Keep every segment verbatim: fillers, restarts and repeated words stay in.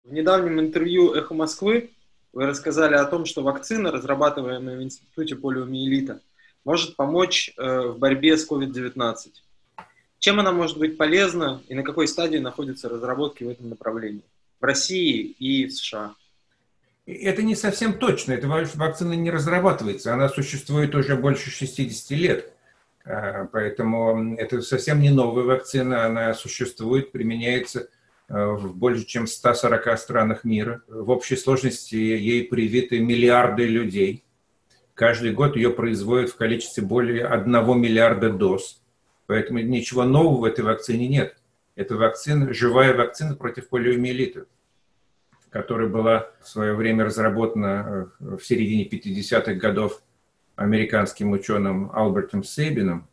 В недавнем интервью «Эхо Москвы» вы рассказали о том, что вакцина, разрабатываемая в Институте полиомиелита, может помочь в борьбе с ковид девятнадцать. Чем она может быть полезна и на какой стадии находятся разработки в этом направлении в России и в США? Это не совсем точно. Эта вакцина не разрабатывается. Она существует уже больше шестидесяти лет. Поэтому это совсем не новая вакцина. Она существует, применяется в больше чем ста сорока странах мира. В общей сложности ей привиты миллиарды людей. Каждый год ее производят в количестве более одного миллиарда доз. Поэтому ничего нового в этой вакцине нет. Это вакцина, живая вакцина против полиомиелита, которая была в свое время разработана в середине пятидесятых годов американским ученым Альбертом Сейбином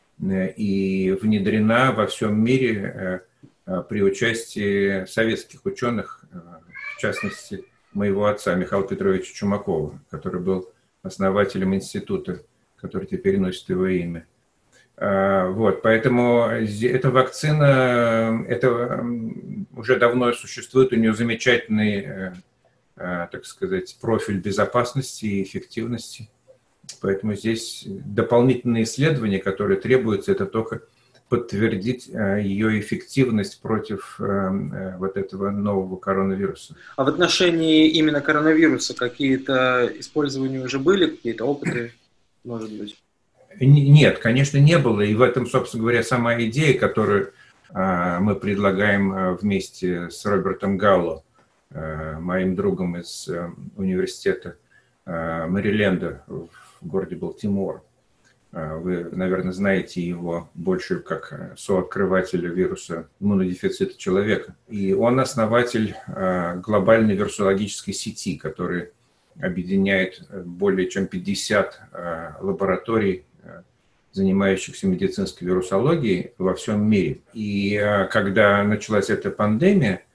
и внедрена во всем мире при участии советских ученых, в частности, моего отца Михаила Петровича Чумакова, который был основателем института, который теперь носит его имя. Вот, поэтому эта вакцина, это уже давно существует, у нее замечательный, так сказать, профиль безопасности и эффективности. Поэтому здесь дополнительные исследования, которые требуются, это только подтвердить ее эффективность против вот этого нового коронавируса. А в отношении именно коронавируса какие-то использования уже были, какие-то опыты, может быть? Нет, конечно, не было. И в этом, собственно говоря, сама идея, которую мы предлагаем вместе с Робертом Галло, моим другом из университета Мэриленда в городе Балтимор. Вы, наверное, знаете его больше как сооткрывателя вируса иммунодефицита человека. И он основатель глобальной вирусологической сети, которая объединяет более чем пятьдесят лабораторий, занимающихся медицинской вирусологией во всем мире. И когда началась эта пандемия,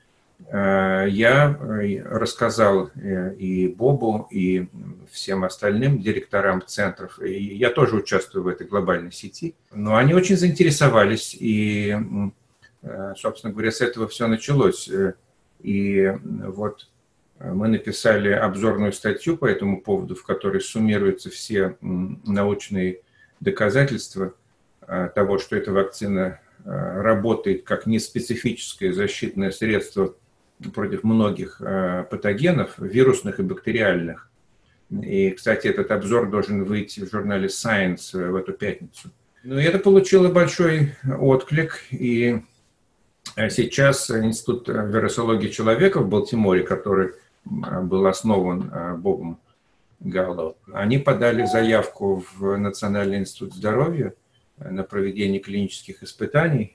я рассказал и Бобу, и всем остальным директорам центров, и я тоже участвую в этой глобальной сети, но они очень заинтересовались, и, собственно говоря, с этого все началось. И вот мы написали обзорную статью по этому поводу, в которой суммируются все научные доказательства того, что эта вакцина работает как неспецифическое защитное средство против многих патогенов, вирусных и бактериальных. И, кстати, этот обзор должен выйти в журнале Science в эту пятницу. Ну, и это получило большой отклик, и сейчас Институт вирусологии человека в Балтиморе, который был основан Бобом Галло, они подали заявку в Национальный институт здоровья на проведение клинических испытаний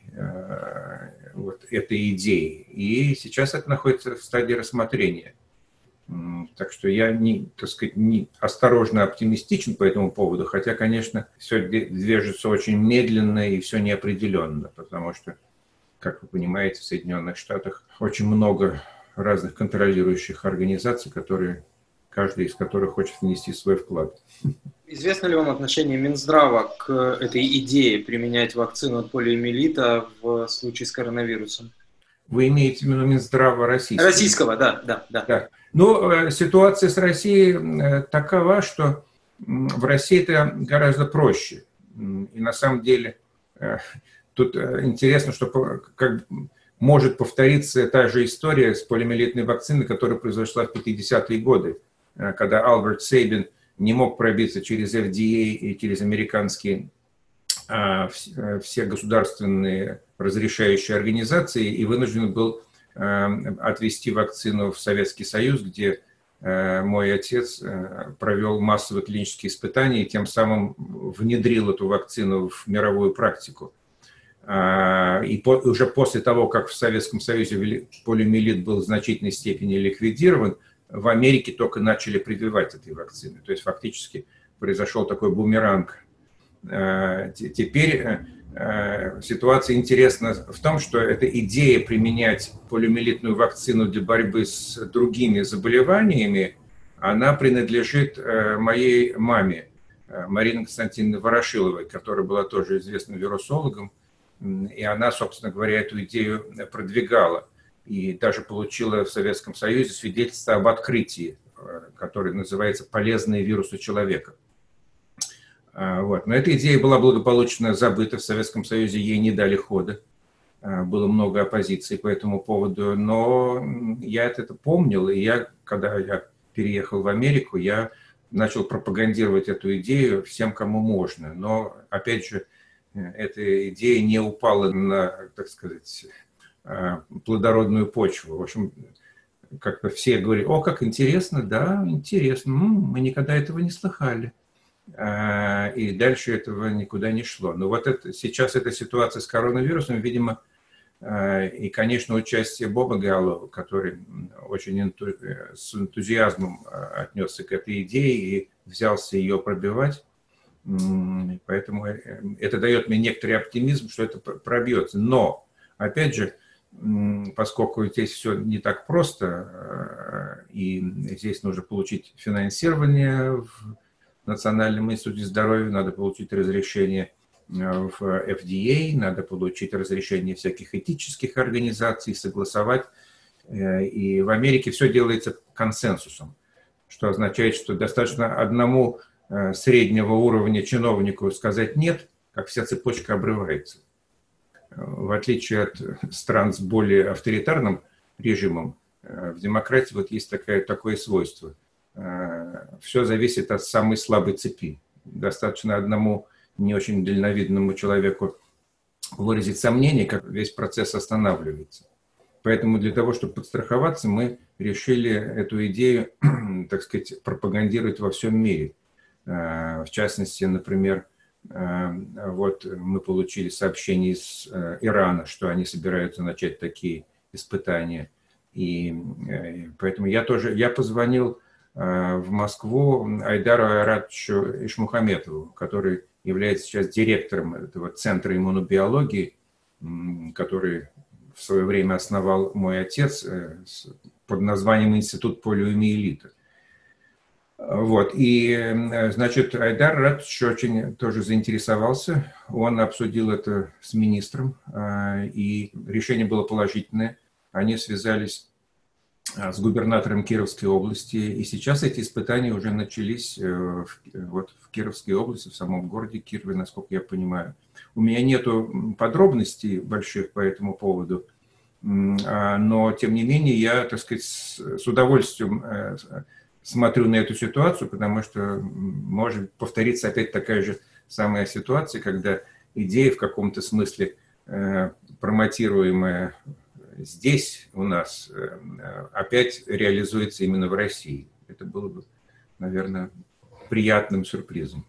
вот этой идеи. И сейчас это находится в стадии рассмотрения. Так что я, не, так сказать, не осторожно оптимистичен по этому поводу, хотя, конечно, все движется очень медленно и все неопределенно, потому что, как вы понимаете, в Соединенных Штатах очень много разных контролирующих организаций, которые, каждая из которых хочет внести свой вклад. Известно ли вам отношение Минздрава к этой идее применять вакцину от полиомиелита в случае с коронавирусом? Вы имеете в виду Минздрава российского? Российского, да, да, да. да. Ну, ситуация с Россией такова, что в России это гораздо проще. И на самом деле тут интересно, что как может повториться та же история с полиомиелитной вакциной, которая произошла в пятидесятые годы, когда Альберт Сейбин не мог пробиться через эф ди эй и через американские а, все государственные разрешающие организации и вынужден был а, отвезти вакцину в Советский Союз, где а, мой отец а, провел массовые клинические испытания и тем самым внедрил эту вакцину в мировую практику. А, и по, уже после того, как в Советском Союзе полиомиелит был в значительной степени ликвидирован, в Америке только начали прививать этой вакцины. То есть фактически произошел такой бумеранг. Теперь ситуация интересна в том, что эта идея применять полиомиелитную вакцину для борьбы с другими заболеваниями, она принадлежит моей маме, Марине Константиновне Ворошиловой, которая была тоже известным вирусологом. И она, собственно говоря, эту идею продвигала. и даже получила в Советском Союзе свидетельство об открытии, которое называется «Полезные вирусы человека». Вот. Но эта идея была благополучно забыта, в Советском Союзе ей не дали хода. Было много оппозиции по этому поводу, но я это помнил, и я, когда я переехал в Америку, я начал пропагандировать эту идею всем, кому можно. Но, опять же, эта идея не упала на, так сказать, плодородную почву. В общем, как-то все говорили: о, как интересно, да, интересно, м-м, мы никогда этого не слыхали. И дальше этого никуда не шло. Но вот это, сейчас эта ситуация с коронавирусом, видимо, и, конечно, участие Боба Галло, который очень энту... с энтузиазмом отнесся к этой идее и взялся ее пробивать. Поэтому это дает мне некоторый оптимизм, что это пробьется. Но, опять же, поскольку здесь все не так просто, и здесь нужно получить финансирование в Национальном институте здоровья, надо получить разрешение в эф ди эй, надо получить разрешение всяких этических организаций, согласовать. И в Америке все делается консенсусом, что означает, что достаточно одному среднего уровня чиновнику сказать «нет», как вся цепочка обрывается. В отличие от стран с более авторитарным режимом, в демократии вот есть такое, такое свойство. Все зависит от самой слабой цепи. Достаточно одному не очень дальновидному человеку выразить сомнение, как весь процесс останавливается. Поэтому для того, чтобы подстраховаться, мы решили эту идею, так сказать, пропагандировать во всем мире. В частности, например, вот мы получили сообщение из Ирана, что они собираются начать такие испытания. И поэтому я тоже, я позвонил в Москву Айдару Айратовичу Ишмухаметову, который является сейчас директором этого центра иммунобиологии, который в свое время основал мой отец под названием Институт полиомиелита. Вот. И, значит, Айдар Айратович очень тоже заинтересовался, он обсудил это с министром, и решение было положительное. Они связались с губернатором Кировской области, и сейчас эти испытания уже начались в, вот, в Кировской области, в самом городе Кирове, насколько я понимаю. У меня нету подробностей больших по этому поводу, но, тем не менее, я, так сказать, с удовольствием смотрю на эту ситуацию, потому что может повториться опять такая же самая ситуация, когда идея в каком-то смысле промотируемая здесь у нас опять реализуется именно в России. Это было бы, наверное, приятным сюрпризом.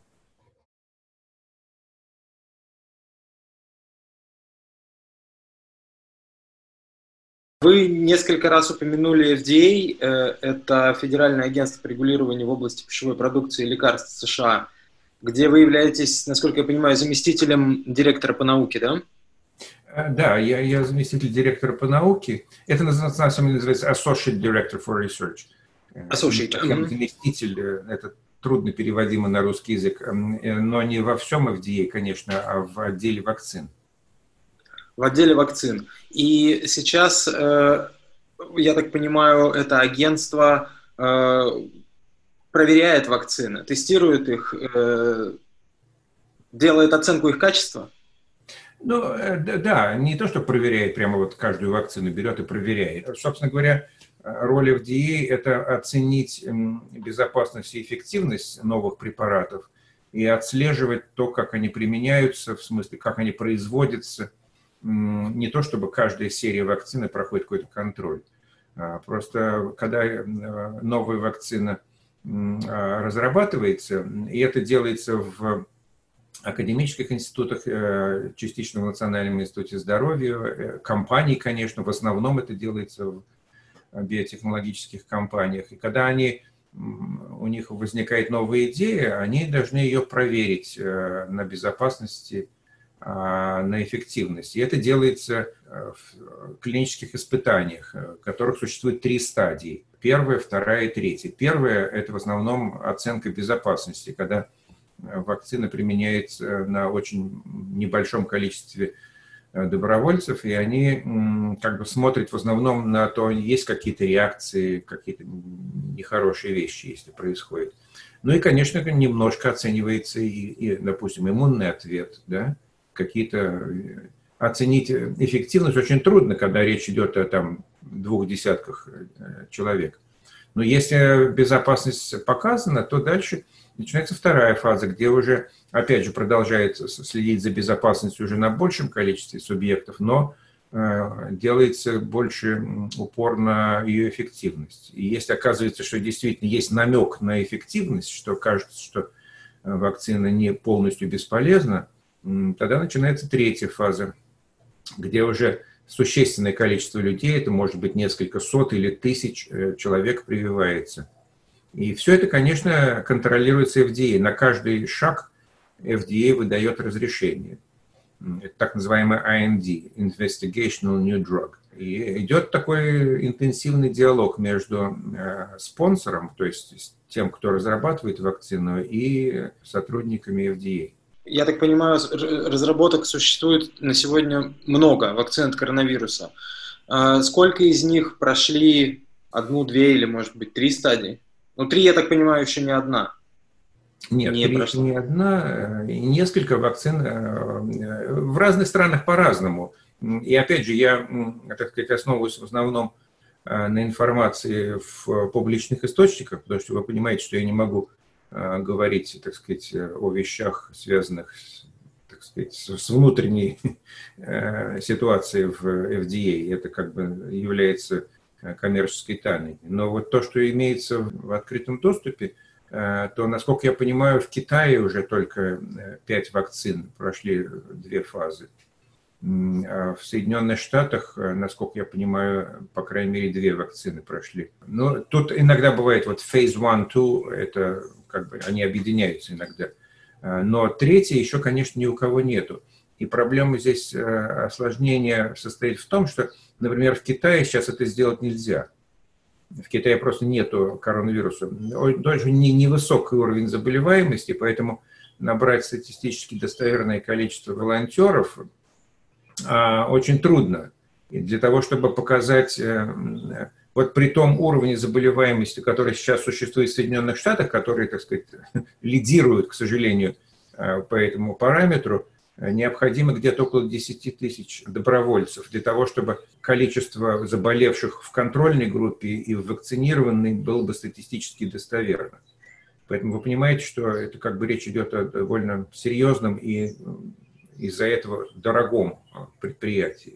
Вы несколько раз упомянули эф ди эй, это Федеральное агентство по регулированию в области пищевой продукции и лекарств США, где вы являетесь, насколько я понимаю, заместителем директора по науке, да? Да, я, я заместитель директора по науке. Это на самом деле называется Associate Director for Research. Associate. Заместитель, это трудно переводимо на русский язык, но не во всем эф ди эй, конечно, а в отделе вакцин. В отделе вакцин. И сейчас, я так понимаю, это агентство проверяет вакцины, тестирует их, делает оценку их качества? Ну, да, не то, что проверяет, прямо вот каждую вакцину берет и проверяет. Собственно говоря, роль эф ди эй – это оценить безопасность и эффективность новых препаратов и отслеживать то, как они применяются, в смысле, как они производятся. Не то, чтобы каждая серия вакцины проходит какой-то контроль. Просто когда новая вакцина разрабатывается, и это делается в академических институтах, частично в Национальном институте здоровья, компаний, конечно, в основном это делается в биотехнологических компаниях. И когда они, у них возникает новая идея, они должны ее проверить на безопасности, на эффективность. И это делается в клинических испытаниях, в которых существует три стадии. Первая, вторая и третья. Первая – это в основном оценка безопасности, когда вакцина применяется на очень небольшом количестве добровольцев, и они как бы смотрят в основном на то, есть какие-то реакции, какие-то нехорошие вещи, если происходят. Ну и, конечно, немножко оценивается и, и допустим, иммунный ответ, да, какие-то... Оценить эффективность очень трудно, когда речь идет о там, двух десятках человек. Но если безопасность показана, то дальше начинается вторая фаза, где уже, опять же, продолжается следить за безопасностью уже на большем количестве субъектов, но э, делается больше упор на ее эффективность. И если оказывается, что действительно есть намек на эффективность, что кажется, что вакцина не полностью бесполезна, тогда начинается третья фаза, где уже существенное количество людей, это может быть несколько сот или тысяч человек, прививается. И все это, конечно, контролируется эф ди эй. На каждый шаг эф ди эй выдает разрешение. Это так называемый ай эн ди, Investigational New Drug. И идет такой интенсивный диалог между спонсором, то есть тем, кто разрабатывает вакцину, и сотрудниками эф ди эй. Я так понимаю, разработок существует на сегодня много вакцин от коронавируса. Сколько из них прошли одну, две или, может быть, три стадии? Ну, три, я так понимаю, еще не одна. Нет, не, три, не одна, несколько вакцин в разных странах по-разному. И опять же, я, так сказать, основываюсь в основном на информации в публичных источниках, потому что вы понимаете, что я не могу говорить, так сказать, о вещах, связанных, так сказать, с внутренней ситуацией в эф ди эй. Это как бы является коммерческой тайной. Но вот то, что имеется в открытом доступе, то, насколько я понимаю, в Китае уже только пять вакцин прошли две фазы. А в Соединенных Штатах, насколько я понимаю, по крайней мере, две вакцины прошли. Но тут иногда бывает вот phase one, two, это как бы они объединяются иногда. Но третья еще, конечно, ни у кого нету. И проблема здесь осложнения состоит в том, что, например, в Китае сейчас это сделать нельзя. В Китае просто нету коронавируса. Тоже невысокий уровень заболеваемости, поэтому набрать статистически достоверное количество волонтеров очень трудно. И для того, чтобы показать, вот при том уровне заболеваемости, который сейчас существует в Соединенных Штатах, которые, так сказать, лидируют, к сожалению, по этому параметру, необходимо где-то около десяти тысяч добровольцев для того, чтобы количество заболевших в контрольной группе и в вакцинированной было бы статистически достоверно. Поэтому вы понимаете, что это как бы речь идет о довольно серьезном и из-за этого дорогом предприятии.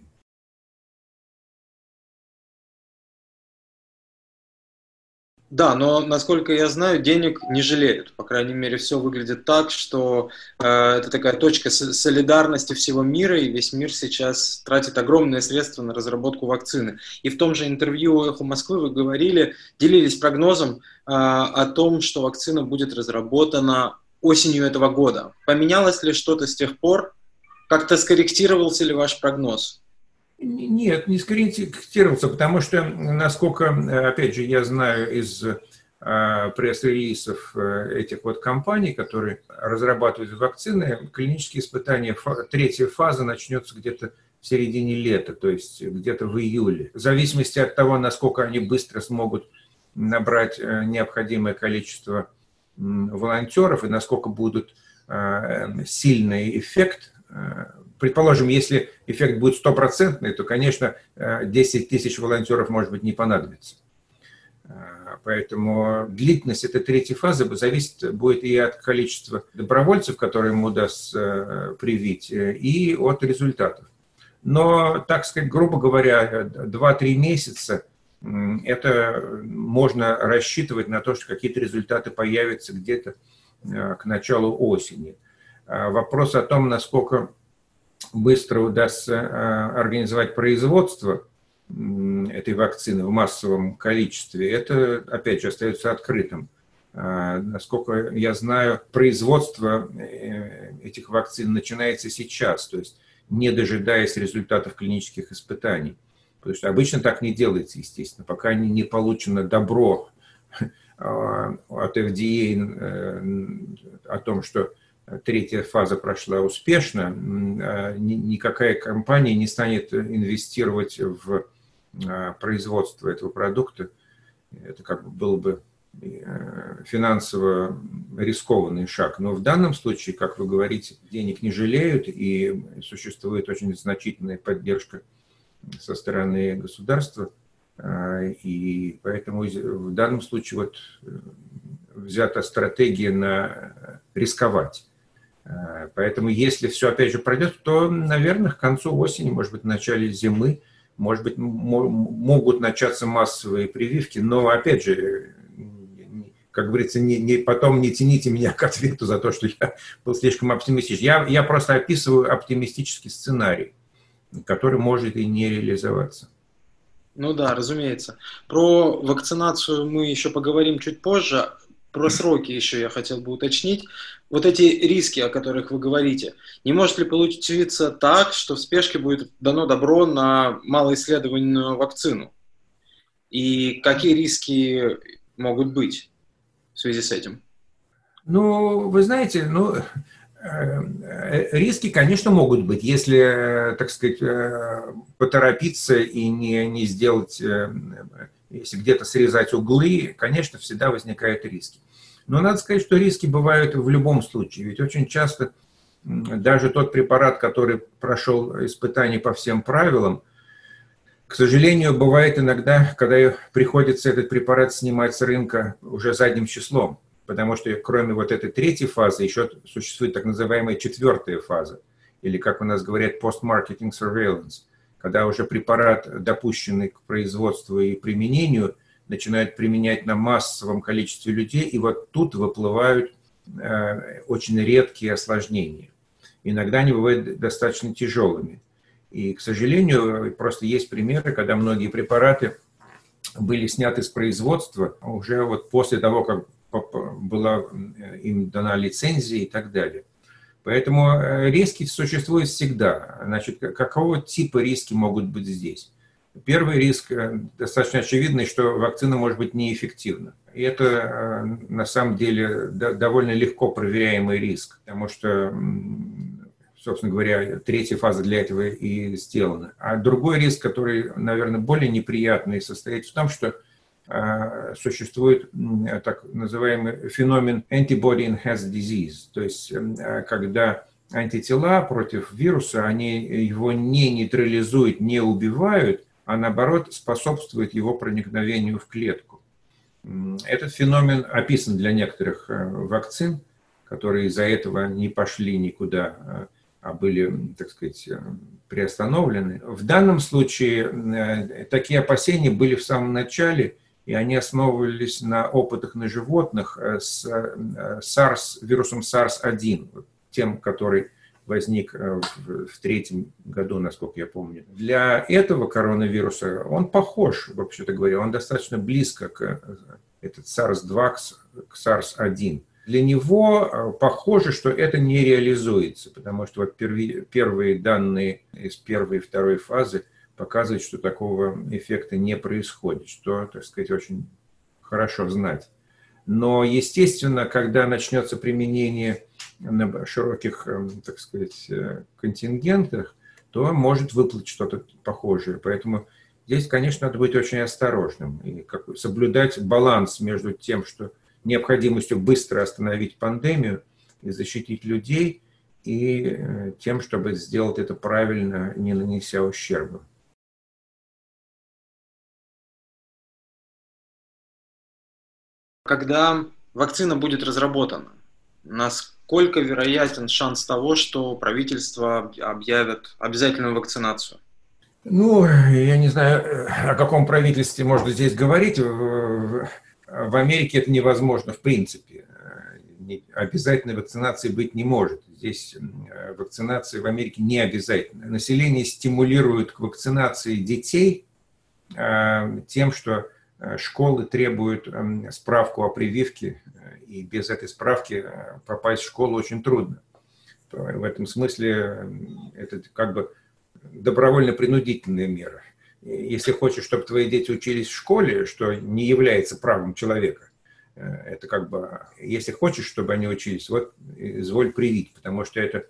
Да, но, насколько я знаю, денег не жалеют. По крайней мере, все выглядит так, что э, это такая точка солидарности всего мира, и весь мир сейчас тратит огромные средства на разработку вакцины. И в том же интервью «Эхо Москвы» вы говорили, делились прогнозом э, о том, что вакцина будет разработана осенью этого года. Поменялось ли что-то с тех пор? Как-то скорректировался ли ваш прогноз? Нет, не скорректировался, потому что, насколько, опять же, я знаю из пресс-релизов этих вот компаний, которые разрабатывают вакцины, клинические испытания, третья фаза начнется где-то в середине лета, то есть где-то в июле. В зависимости от того, насколько они быстро смогут набрать необходимое количество волонтеров и насколько будет сильный эффект. Предположим, если эффект будет стопроцентный, то, конечно, десять тысяч волонтеров, может быть, не понадобится. Поэтому длительность этой третьей фазы зависит будет и от количества добровольцев, которые ему удастся привить, и от результатов. Но, так сказать, грубо говоря, два-три месяца это можно рассчитывать на то, что какие-то результаты появятся где-то к началу осени. Вопрос о том, насколько быстро удастся организовать производство этой вакцины в массовом количестве, это, опять же, остается открытым. Насколько я знаю, производство этих вакцин начинается сейчас, то есть не дожидаясь результатов клинических испытаний. Потому что обычно так не делается, естественно, пока не получено добро от эф ди эй о том, что третья фаза прошла успешно, никакая компания не станет инвестировать в производство этого продукта. Это как бы было бы финансово рискованный шаг. Но в данном случае, как вы говорите, денег не жалеют, и существует очень значительная поддержка со стороны государства. И поэтому в данном случае вот взята стратегия на рисковать. Поэтому если все опять же пройдет, то, наверное, к концу осени, может быть, в начале зимы, может быть, могут начаться массовые прививки, но, опять же, как говорится, не, не, потом не тяните меня к ответу за то, что я был слишком оптимистичен. Я, я просто описываю оптимистический сценарий, который может и не реализоваться. Ну да, разумеется. Про вакцинацию мы еще поговорим чуть позже. Про сроки еще я хотел бы уточнить. Вот эти риски, о которых вы говорите, не может ли получиться так, что в спешке будет дано добро на малоисследованную вакцину? И какие риски могут быть в связи с этим? Ну, вы знаете, ну, риски, конечно, могут быть, если, так сказать, поторопиться и не, не сделать, если где-то срезать углы, конечно, всегда возникают риски. Но надо сказать, что риски бывают в любом случае, ведь очень часто даже тот препарат, который прошел испытания по всем правилам, к сожалению, бывает иногда, когда приходится этот препарат снимать с рынка уже задним числом. Потому что кроме вот этой третьей фазы еще существует так называемая четвертая фаза, или, как у нас говорят, post-marketing surveillance, когда уже препарат, допущенный к производству и применению, начинают применять на массовом количестве людей, и вот тут выплывают э, очень редкие осложнения. Иногда они бывают достаточно тяжелыми. И, к сожалению, просто есть примеры, когда многие препараты были сняты с производства уже вот после того, как была им дана лицензия и так далее. Поэтому риски существуют всегда. Значит, какого типа риски могут быть здесь? Первый риск достаточно очевидный, что вакцина может быть неэффективна. И это на самом деле довольно легко проверяемый риск, потому что, собственно говоря, третья фаза для этого и сделана. А другой риск, который, наверное, более неприятный, состоит в том, что существует так называемый феномен antibody-enhanced disease, то есть когда антитела против вируса, они его не нейтрализуют, не убивают, а наоборот способствуют его проникновению в клетку. Этот феномен описан для некоторых вакцин, которые из-за этого не пошли никуда, а были, так сказать, приостановлены. В данном случае такие опасения были в самом начале, и они основывались на опытах на животных с SARS, вирусом SARS один, тем, который возник в третьем году, насколько я помню. Для этого коронавируса он похож, вообще-то говоря, он достаточно близко к этот SARS два, к SARS один. Для него похоже, что это не реализуется, потому что вот первые данные из первой и второй фазы показывает, что такого эффекта не происходит, что, так сказать, очень хорошо знать. Но, естественно, когда начнется применение на широких, так сказать, контингентах, то может выплыть что-то похожее. Поэтому здесь, конечно, надо быть очень осторожным и соблюдать баланс между тем, что необходимостью быстро остановить пандемию и защитить людей, и тем, чтобы сделать это правильно, не нанеся ущерба. Когда вакцина будет разработана, насколько вероятен шанс того, что правительство объявит обязательную вакцинацию? Ну, я не знаю, о каком правительстве можно здесь говорить. В Америке это невозможно в принципе. Обязательной вакцинации быть не может. Здесь вакцинация в Америке не обязательна. Население стимулирует к вакцинации детей тем, что школы требуют справку о прививке, и без этой справки попасть в школу очень трудно. В этом смысле это как бы добровольно-принудительная мера. Если хочешь, чтобы твои дети учились в школе, что не является правом человека, Это как бы, если хочешь, чтобы они учились, вот изволь привить, потому что это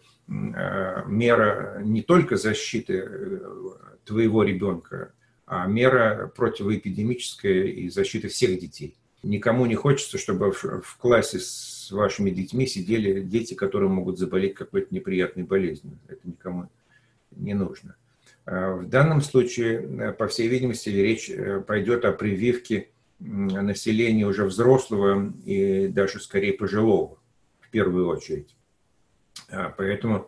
мера не только защиты твоего ребенка, а мера противоэпидемическая и защиты всех детей. Никому не хочется, чтобы в классе с вашими детьми сидели дети, которые могут заболеть какой-то неприятной болезнью. Это никому не нужно. В данном случае, по всей видимости, речь пойдет о прививке населения уже взрослого и даже скорее пожилого, в первую очередь. Поэтому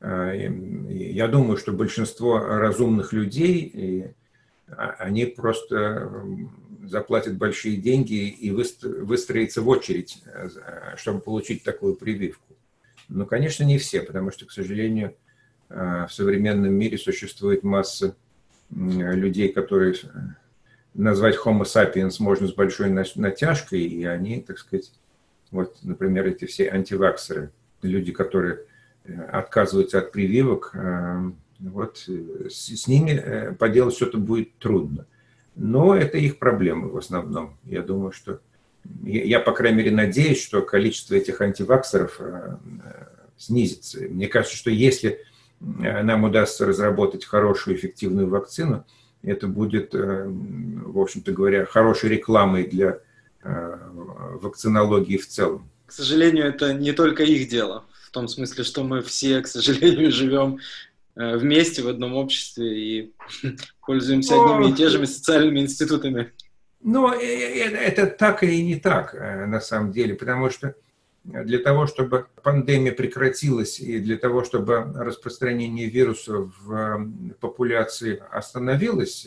я думаю, что большинство разумных людей, они просто заплатят большие деньги и выстроятся в очередь, чтобы получить такую прививку. Но, конечно, не все, потому что, к сожалению, в современном мире существует масса людей, которые назвать Homo sapiens можно с большой натяжкой, и они, так сказать, вот, например, эти все антиваксеры, люди, которые отказываются от прививок, вот, с ними поделать что-то будет трудно. Но это их проблемы в основном. Я думаю, что... Я, по крайней мере, надеюсь, что количество этих антиваксеров снизится. Мне кажется, что если нам удастся разработать хорошую, эффективную вакцину, это будет, в общем-то говоря, хорошей рекламой для вакцинологии в целом. К сожалению, это не только их дело. В том смысле, что мы все, к сожалению, живем вместе в одном обществе и пользуемся Но... одними и теми же социальными институтами. Но это так и не так, на самом деле, потому что для того, чтобы пандемия прекратилась и для того, чтобы распространение вируса в популяции остановилось,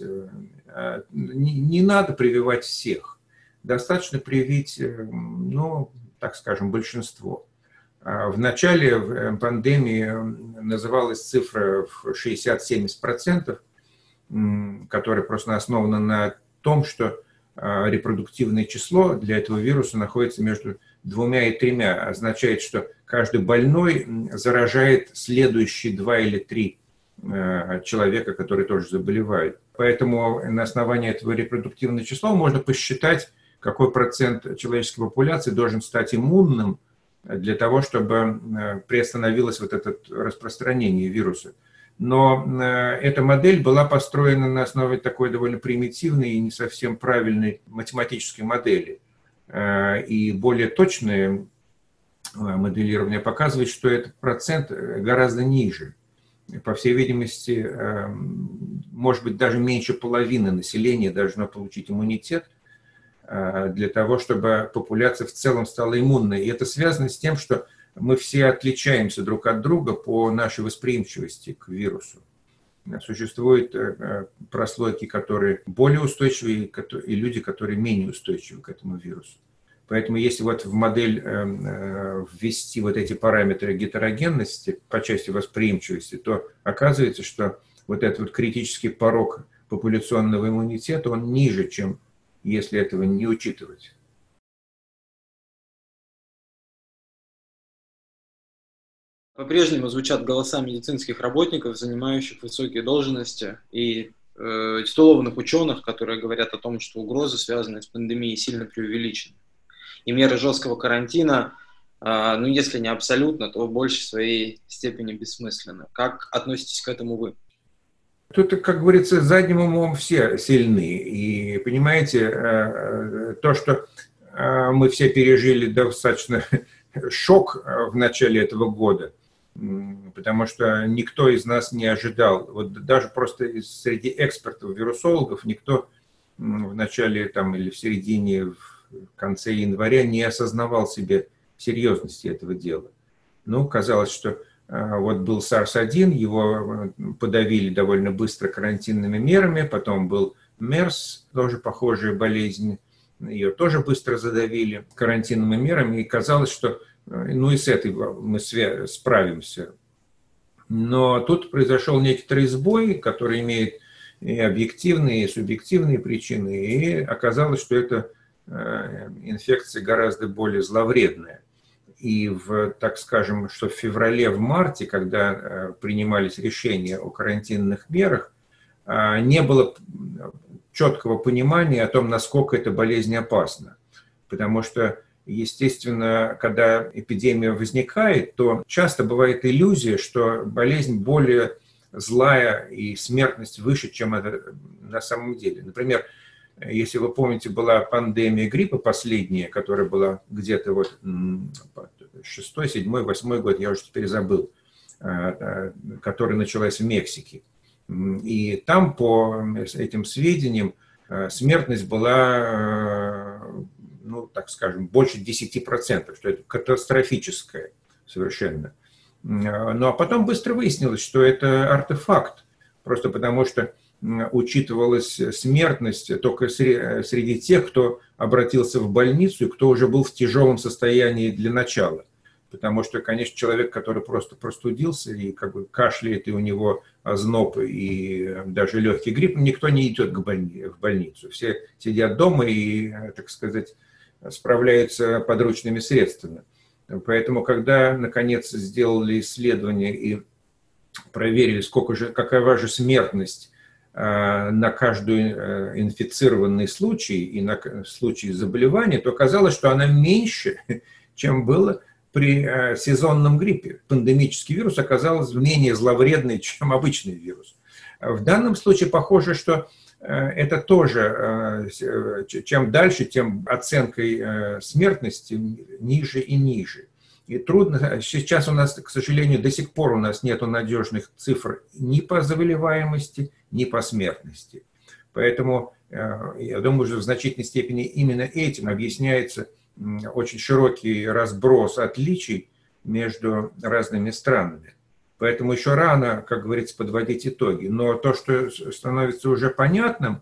не, не надо прививать всех. Достаточно привить, ну, так скажем, большинство. В начале пандемии называлась цифра в шестьдесят-семьдесят процентов, которая просто основана на том, что репродуктивное число для этого вируса находится между двумя и тремя. Означает, что каждый больной заражает следующие два или три человека, которые тоже заболевают. Поэтому на основании этого репродуктивного числа можно посчитать, какой процент человеческой популяции должен стать иммунным для того, чтобы приостановилось вот это распространение вируса. Но эта модель была построена на основе такой довольно примитивной и не совсем правильной математической модели. И более точное моделирование показывает, что этот процент гораздо ниже. По всей видимости, может быть, даже меньше половины населения должно получить иммунитет для того, чтобы популяция в целом стала иммунной. И это связано с тем, что мы все отличаемся друг от друга по нашей восприимчивости к вирусу. Существуют прослойки, которые более устойчивы, и люди, которые менее устойчивы к этому вирусу. Поэтому если вот в модель ввести вот эти параметры гетерогенности по части восприимчивости, то оказывается, что вот этот вот критический порог популяционного иммунитета, он ниже, чем если этого не учитывать. По-прежнему звучат голоса медицинских работников, занимающих высокие должности, и э, титулованных ученых, которые говорят о том, что угрозы, связанные с пандемией, сильно преувеличены. И меры жесткого карантина, э, ну если не абсолютно, то в большей своей степени бессмысленны. Как относитесь к этому вы? Тут, как говорится, задним умом все сильны. И понимаете, то, что мы все пережили достаточно шок в начале этого года, потому что никто из нас не ожидал, вот даже просто среди экспертов, вирусологов, никто в начале там, или в середине, в конце января не осознавал себе серьезности этого дела. Ну, казалось, что вот был сарс один, его подавили довольно быстро карантинными мерами, потом был мерс, тоже похожая болезнь, ее тоже быстро задавили карантинными мерами, и казалось, что ну и с этой мы справимся. Но тут произошел некоторый сбой, который имеет и объективные, и субъективные причины, и оказалось, что эта инфекция гораздо более зловредная. И, в, так скажем, что в феврале, в марте, когда принимались решения о карантинных мерах, не было четкого понимания о том, насколько эта болезнь опасна. потому что, естественно, когда эпидемия возникает, то часто бывает иллюзия, что болезнь более злая и смертность выше, чем это на самом деле. Например, если вы помните, была пандемия гриппа последняя, которая была где-то вот шестой, седьмой, восьмой год, я уже теперь забыл, которая началась в Мексике. И там, по этим сведениям, смертность была, ну, так скажем, больше десяти процентов, что это катастрофическое совершенно. Ну, а потом быстро выяснилось, что это артефакт, просто потому что учитывалась смертность только среди тех, кто обратился в больницу и кто уже был в тяжелом состоянии для начала. Потому что, конечно, человек, который просто простудился и как бы кашляет, и у него озноб и даже легкий грипп, никто не идет в больницу. Все сидят дома и, так сказать, справляются подручными средствами. Поэтому, когда, наконец, сделали исследование и проверили, сколько же, какова же смертность на каждый инфицированный случай и на случай заболевания, то оказалось, что она меньше, чем было при сезонном гриппе. Пандемический вирус оказался менее зловредный, чем обычный вирус. В данном случае похоже, что это тоже, чем дальше, тем оценкой смертности ниже и ниже. И трудно, сейчас у нас, к сожалению, до сих пор у нас нет надежных цифр ни по заболеваемости, ни по смертности. Поэтому, я думаю, что в значительной степени именно этим объясняется очень широкий разброс отличий между разными странами. Поэтому еще рано, как говорится, подводить итоги. Но то, что становится уже понятным,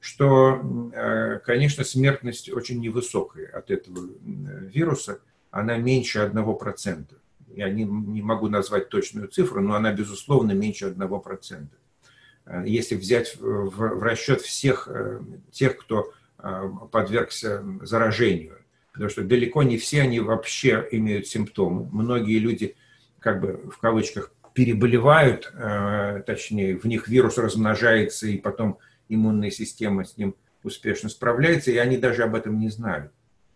что, конечно, смертность очень невысокая от этого вируса, она меньше одного процента. Я не, не могу назвать точную цифру, но она, безусловно, меньше одного процента. Если взять в, в расчет всех тех, кто подвергся заражению. Потому что далеко не все они вообще имеют симптомы. Многие люди, как бы в кавычках, переболевают, точнее, в них вирус размножается, и потом иммунная система с ним успешно справляется, и они даже об этом не знают.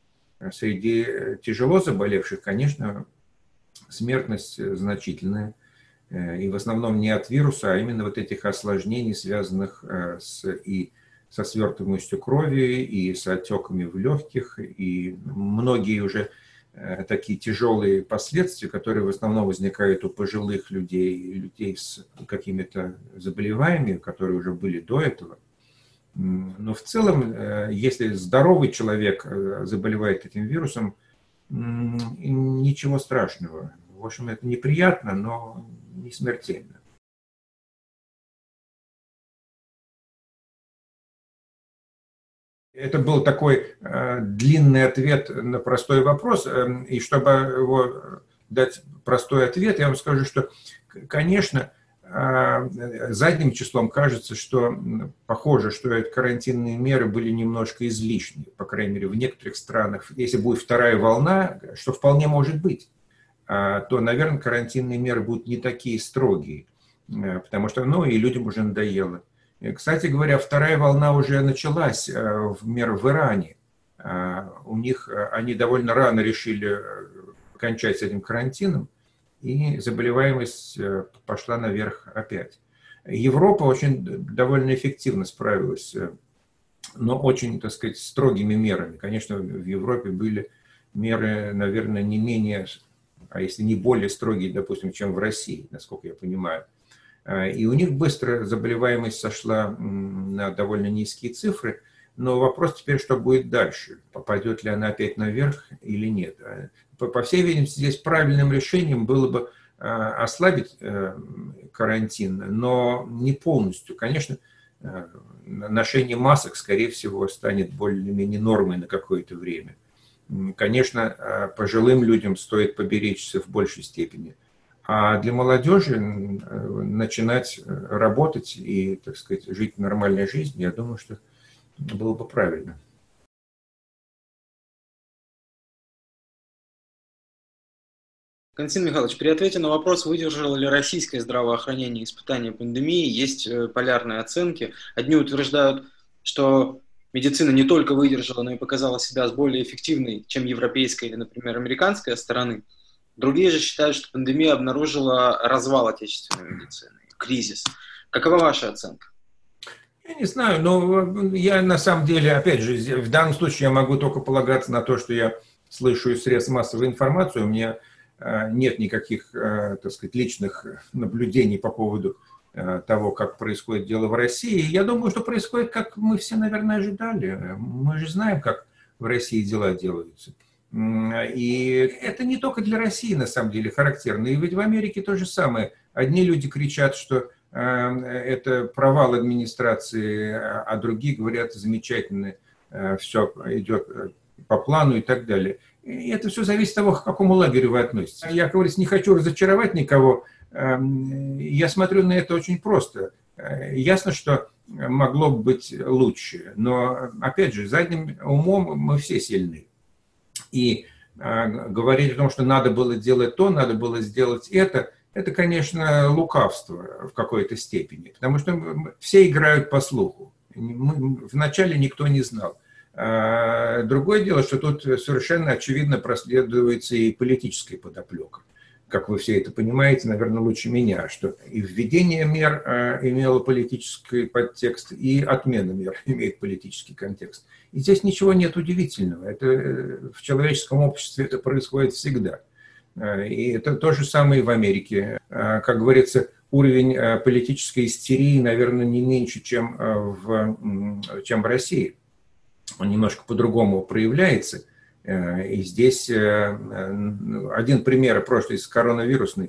Среди тяжело заболевших, конечно, смертность значительная. И в основном не от вируса, а именно вот этих осложнений, связанных с, и со свертываемостью крови, и с отеками в легких, и многие уже такие тяжелые последствия, которые в основном возникают у пожилых людей, людей с какими-то заболеваниями, которые уже были до этого. Но в целом, если здоровый человек заболевает этим вирусом, ничего страшного. В общем, это неприятно, но не смертельно. Это был такой длинный ответ на простой вопрос. И чтобы его дать простой ответ, я вам скажу, что, конечно, задним числом кажется, что похоже, что эти карантинные меры были немножко излишни, по крайней мере, в некоторых странах. Если будет вторая волна, что вполне может быть, то, наверное, карантинные меры будут не такие строгие, потому что, ну, и людям уже надоело. Кстати говоря, вторая волна уже началась, например, в Иране. У них, они довольно рано решили кончать с этим карантином, и заболеваемость пошла наверх опять. Европа очень довольно эффективно справилась, но очень, так сказать, строгими мерами. Конечно, в Европе были меры, наверное, не менее, а если не более строгие, допустим, чем в России, насколько я понимаю. И у них быстро заболеваемость сошла на довольно низкие цифры, но вопрос теперь, что будет дальше, попадет ли она опять наверх или нет. По всей видимости, здесь правильным решением было бы ослабить карантин, но не полностью. Конечно, ношение масок, скорее всего, станет более-менее нормой на какое-то время. Конечно, пожилым людям стоит поберечься в большей степени. А для молодежи начинать работать и, так сказать, жить нормальной жизнью, я думаю, что было бы правильно. Константин Михайлович, при ответе на вопрос, выдержало ли российское здравоохранение испытания пандемии, есть полярные оценки. Одни утверждают, что медицина не только выдержала, но и показала себя с более эффективной, чем европейская или, например, американская стороны. Другие же считают, что пандемия обнаружила развал отечественной медицины, кризис. Какова ваша оценка? Я не знаю, но я на самом деле, опять же, в данном случае я могу только полагаться на то, что я слышу из средств массовой информации. У меня нет никаких, так сказать, личных наблюдений по поводу того, как происходит дело в России. Я думаю, что происходит, как мы все, наверное, ожидали. Мы же знаем, как в России дела делаются. И это не только для России, на самом деле, характерно. И ведь в Америке то же самое. Одни люди кричат, что это провал администрации, а другие говорят, замечательно, все идет по плану и так далее. И это все зависит от того, к какому лагерю вы относитесь. Я, как говорится, не хочу разочаровать никого. Я смотрю на это очень просто. Ясно, что могло бы быть лучше, но, опять же, задним умом мы все сильны. И говорить о том, что надо было делать то, надо было сделать это, это, конечно, лукавство в какой-то степени, потому что все играют по слуху. Вначале никто не знал. Другое дело, что тут совершенно очевидно проследуется и политическая подоплека. Как вы все это понимаете, наверное, лучше меня, что и введение мер имело политический подтекст, и отмена мер имеет политический контекст. И здесь ничего нет удивительного. Это, в человеческом обществе это происходит всегда. И это то же самое и в Америке. Как говорится, уровень политической истерии, наверное, не меньше, чем в, чем в России. Он немножко по-другому проявляется. И здесь один пример, просто из коронавирусной,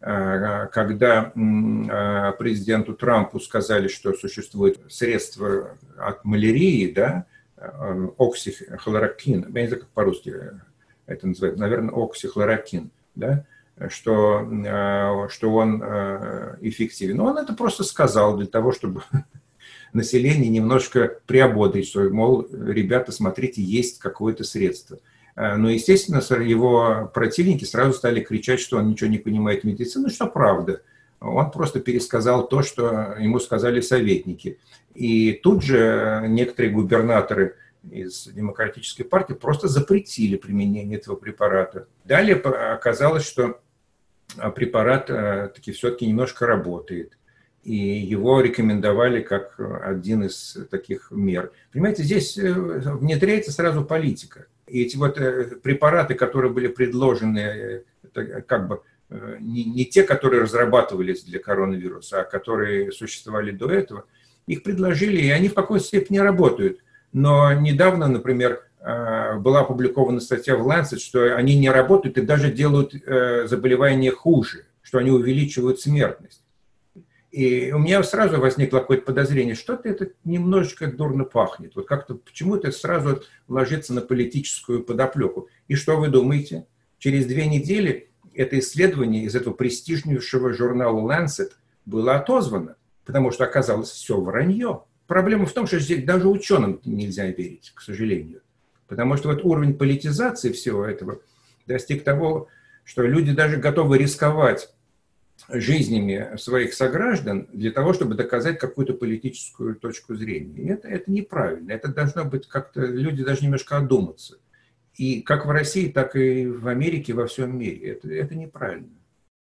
когда президенту Трампу сказали, что существует средство от малярии, да, оксихлорокин, я не знаю, как по-русски это называется, наверное, оксихлорокин, да, что, что он эффективен. Но он это просто сказал для того, чтобы население немножко приободрить, что, мол, ребята, смотрите, есть какое-то средство. Но, естественно, его противники сразу стали кричать, что он ничего не понимает в медицине, что правда. Он просто пересказал то, что ему сказали советники. И тут же некоторые губернаторы из Демократической партии просто запретили применение этого препарата. Далее оказалось, что препарат таки все-таки немножко работает. И его рекомендовали как один из таких мер. Понимаете, здесь внедряется сразу политика. И эти вот препараты, которые были предложены, это как бы не, не те, которые разрабатывались для коронавируса, а которые существовали до этого, их предложили, и они в какой-то степени работают. Но недавно, например, была опубликована статья в Lancet, что они не работают и даже делают заболевания хуже, что они увеличивают смертность. И у меня сразу возникло какое-то подозрение, что-то это немножечко дурно пахнет. Вот как-то почему-то это сразу ложится на политическую подоплеку. И что вы думаете? Через две недели это исследование из этого престижнейшего журнала Lancet было отозвано, потому что оказалось все вранье. Проблема в том, что здесь даже ученым нельзя верить, к сожалению. Потому что вот уровень политизации всего этого достиг того, что люди даже готовы рисковать жизнями своих сограждан для того, чтобы доказать какую-то политическую точку зрения. И это, это неправильно. Это должно быть как-то... Люди должны немножко одуматься. И как в России, так и в Америке, во всем мире. Это, это неправильно.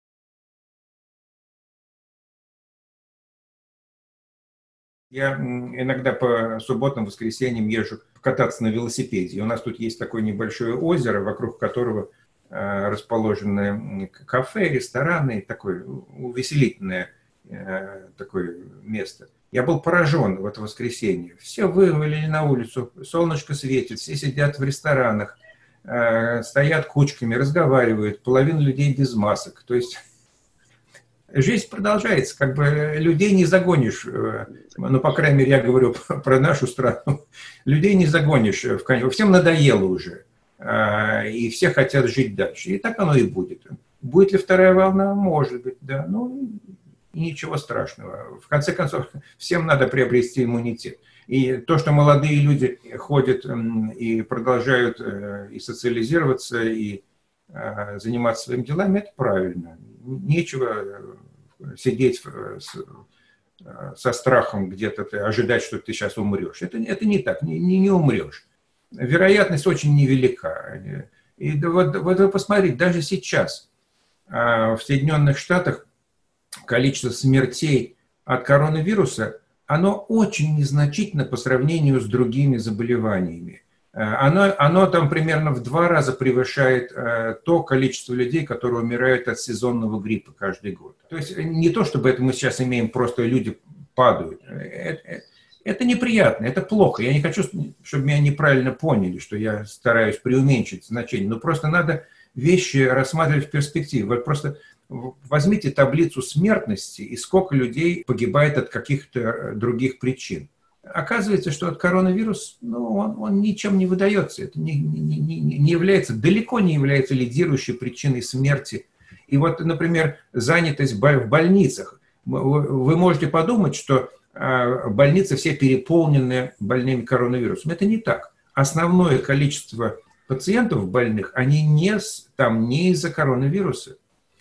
Я иногда по субботам, воскресеньям езжу кататься на велосипеде. И у нас тут есть такое небольшое озеро, вокруг которого расположены кафе, рестораны, такое увеселительное такое место. Я был поражен в это воскресенье. Все вывалили на улицу, солнышко светит, все сидят в ресторанах, стоят кучками, разговаривают, половина людей без масок. То есть жизнь продолжается, как бы людей не загонишь, ну, по крайней мере, я говорю про нашу страну, людей не загонишь в конец, всем надоело уже. И все хотят жить дальше. И так оно и будет. Будет ли вторая волна? Может быть, да. Ну, ничего страшного. В конце концов, всем надо приобрести иммунитет. И то, что молодые люди ходят и продолжают и социализироваться, и заниматься своими делами, это правильно. Нечего сидеть со страхом где-то ожидать, что ты сейчас умрешь. Это, это не так, не, не, не умрешь. Вероятность очень невелика. И вот, вот вы посмотрите, даже сейчас в Соединенных Штатах количество смертей от коронавируса, оно очень незначительно по сравнению с другими заболеваниями. Оно, оно там примерно в два раза превышает то количество людей, которые умирают от сезонного гриппа каждый год. То есть не то, чтобы это мы сейчас имеем, просто люди падают. Это, это неприятно, это плохо. Я не хочу, чтобы меня неправильно поняли, что я стараюсь преуменьшить значение, но просто надо вещи рассматривать в перспективе. Вот просто возьмите таблицу смертности и сколько людей погибает от каких-то других причин. Оказывается, что от коронавируса, ну, он, он ничем не выдается. Это не, не, не, не является, далеко не является лидирующей причиной смерти. И вот, например, занятость в больницах. Вы можете подумать, что больницы все переполнены больными коронавирусом. Это не так. Основное количество пациентов больных, они не, там не из-за коронавируса.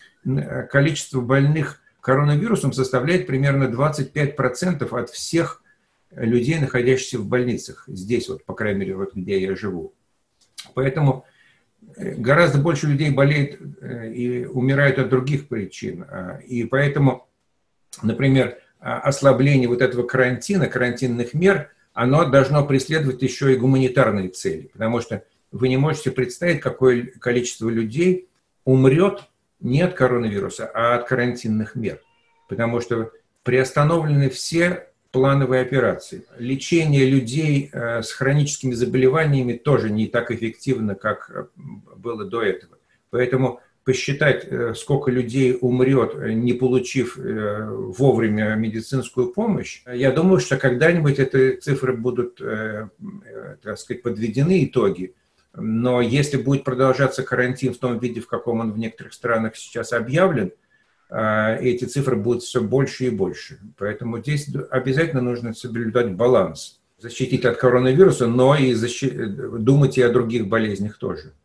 Количество больных коронавирусом составляет примерно двадцать пять процентов от всех людей, находящихся в больницах. Здесь, вот, по крайней мере, вот, где я живу. Поэтому гораздо больше людей болеет и умирают от других причин. И поэтому, например, ослабление вот этого карантина, карантинных мер, оно должно преследовать еще и гуманитарные цели. Потому что вы не можете представить, какое количество людей умрет не от коронавируса, а от карантинных мер. Потому что приостановлены все плановые операции. Лечение людей с хроническими заболеваниями тоже не так эффективно, как было до этого. Поэтому посчитать, сколько людей умрет, не получив вовремя медицинскую помощь, я думаю, что когда-нибудь эти цифры будут, так сказать, подведены, итоги. Но если будет продолжаться карантин в том виде, в каком он в некоторых странах сейчас объявлен, эти цифры будут все больше и больше. Поэтому здесь обязательно нужно соблюдать баланс. Защитить от коронавируса, но и защитить, думать и о других болезнях тоже.